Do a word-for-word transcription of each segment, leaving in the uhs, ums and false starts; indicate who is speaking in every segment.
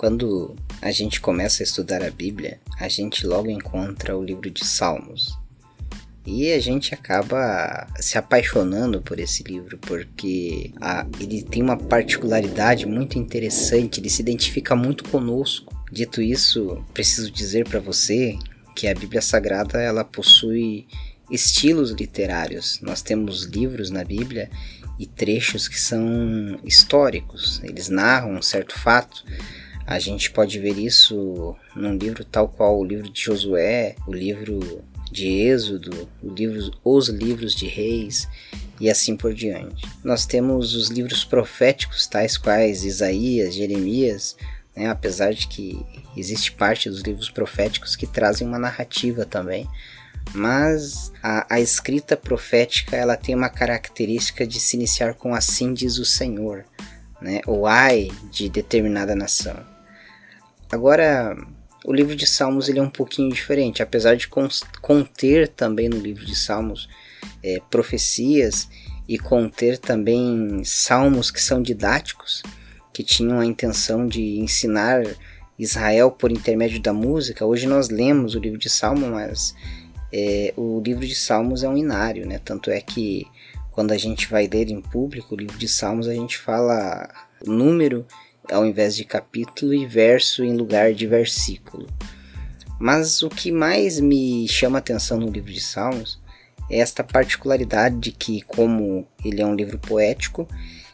Speaker 1: Quando a gente começa a estudar a Bíblia, a gente logo encontra o livro de Salmos. E a gente acaba se apaixonando por esse livro, porque a, ele tem uma particularidade muito interessante, ele se identifica muito conosco. Dito isso, preciso dizer para você que a Bíblia Sagrada ela possui estilos literários. Nós temos livros na Bíblia e trechos que são históricos, eles narram um certo fato. A gente pode ver isso num livro tal qual o livro de Josué, o livro de Êxodo, o livro, os livros de Reis e assim por diante. Nós temos os livros proféticos tais quais Isaías, Jeremias, né, apesar de que existe parte dos livros proféticos que trazem uma narrativa também, mas a, a escrita profética ela tem uma característica de se iniciar com assim diz o Senhor, né, ou ai de determinada nação. Agora, o livro de Salmos ele é um pouquinho diferente, apesar de conter também no livro de Salmos é, profecias e conter também salmos que são didáticos, que tinham a intenção de ensinar Israel por intermédio da música. Hoje nós lemos o livro de Salmos, mas é, o livro de Salmos é um inário, né? Tanto é que quando a gente vai ler em público o livro de Salmos, a gente fala número ao invés de capítulo e verso em lugar de versículo. Mas o que mais me chama a atenção no livro de Salmos é esta particularidade de que, como ele é um livro poético,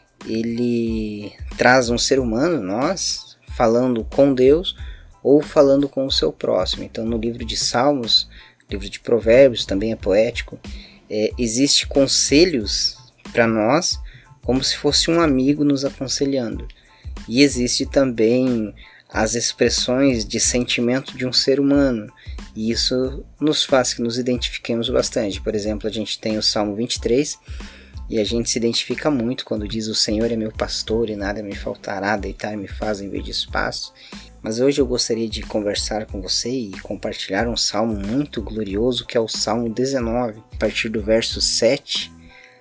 Speaker 1: ele traz um ser humano, nós, falando com Deus ou falando com o seu próximo. Então no livro de Salmos, livro de Provérbios também é poético, é, existe conselhos para nós como se fosse um amigo nos aconselhando. E existe também as expressões de sentimento de um ser humano. E isso nos faz que nos identifiquemos bastante. Por exemplo, a gente tem o Salmo vinte e três. E a gente se identifica muito quando diz o Senhor é meu pastor e nada me faltará, deitar-me faz em verde espaço. Mas hoje eu gostaria de conversar com você e compartilhar um salmo muito glorioso que é o Salmo dezenove. A partir do verso sete.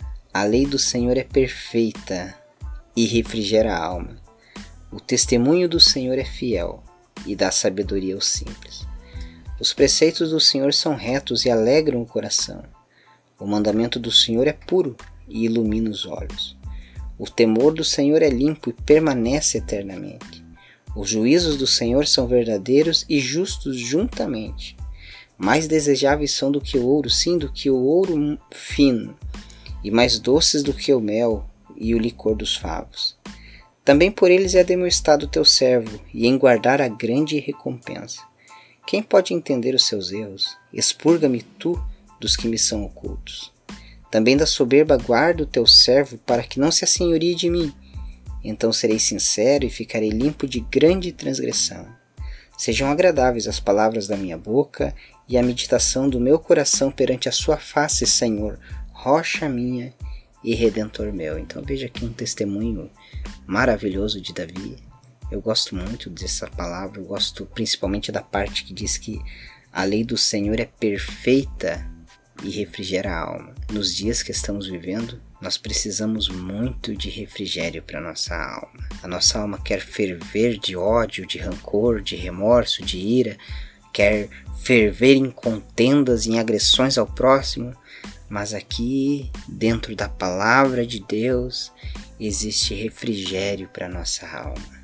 Speaker 1: A lei do Senhor é perfeita e refrigera a alma. O testemunho do Senhor é fiel e dá sabedoria aos simples. Os preceitos do Senhor são retos e alegram o coração. O mandamento do Senhor é puro e ilumina os olhos. O temor do Senhor é limpo e permanece eternamente. Os juízos do Senhor são verdadeiros e justos juntamente. Mais desejáveis são do que o ouro, sim, do que o ouro fino, e mais doces do que o mel e o licor dos favos. Também por eles é demonstrado o teu servo, e em guardar a grande recompensa. Quem pode entender os seus erros? Expurga-me tu dos que me são ocultos. Também da soberba guarda o teu servo, para que não se assenhorie de mim. Então serei sincero e ficarei limpo de grande transgressão. Sejam agradáveis as palavras da minha boca e a meditação do meu coração perante a sua face, Senhor, rocha minha e redentor meu. Então veja aqui um testemunho maravilhoso de Davi. Eu gosto muito dessa palavra, eu gosto principalmente da parte que diz que a lei do Senhor é perfeita e refrigera a alma. Nos dias que estamos vivendo, nós precisamos muito de refrigério para nossa alma. A nossa alma quer ferver de ódio, de rancor, de remorso, de ira, quer ferver em contendas, em agressões ao próximo, mas aqui, dentro da palavra de Deus, existe refrigério para nossa alma.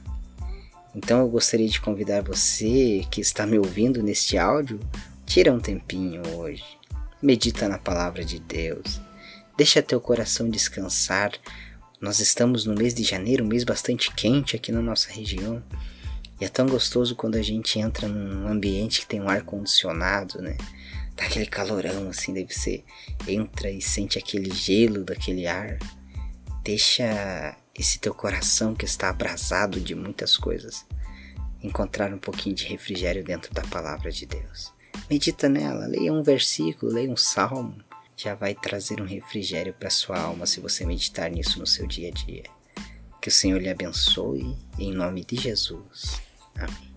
Speaker 1: Então eu gostaria de convidar você que está me ouvindo neste áudio, tira um tempinho hoje, medita na palavra de Deus, deixa teu coração descansar. Nós estamos no mês de janeiro, um mês bastante quente aqui na nossa região, e é tão gostoso quando a gente entra num ambiente que tem um ar condicionado, né? Tá aquele calorão assim, daí você entra e sente aquele gelo daquele ar. Deixa esse teu coração que está abrasado de muitas coisas encontrar um pouquinho de refrigério dentro da palavra de Deus. Medita nela, leia um versículo, leia um salmo. Já vai trazer um refrigério para sua alma se você meditar nisso no seu dia a dia. Que o Senhor lhe abençoe em nome de Jesus. Amém.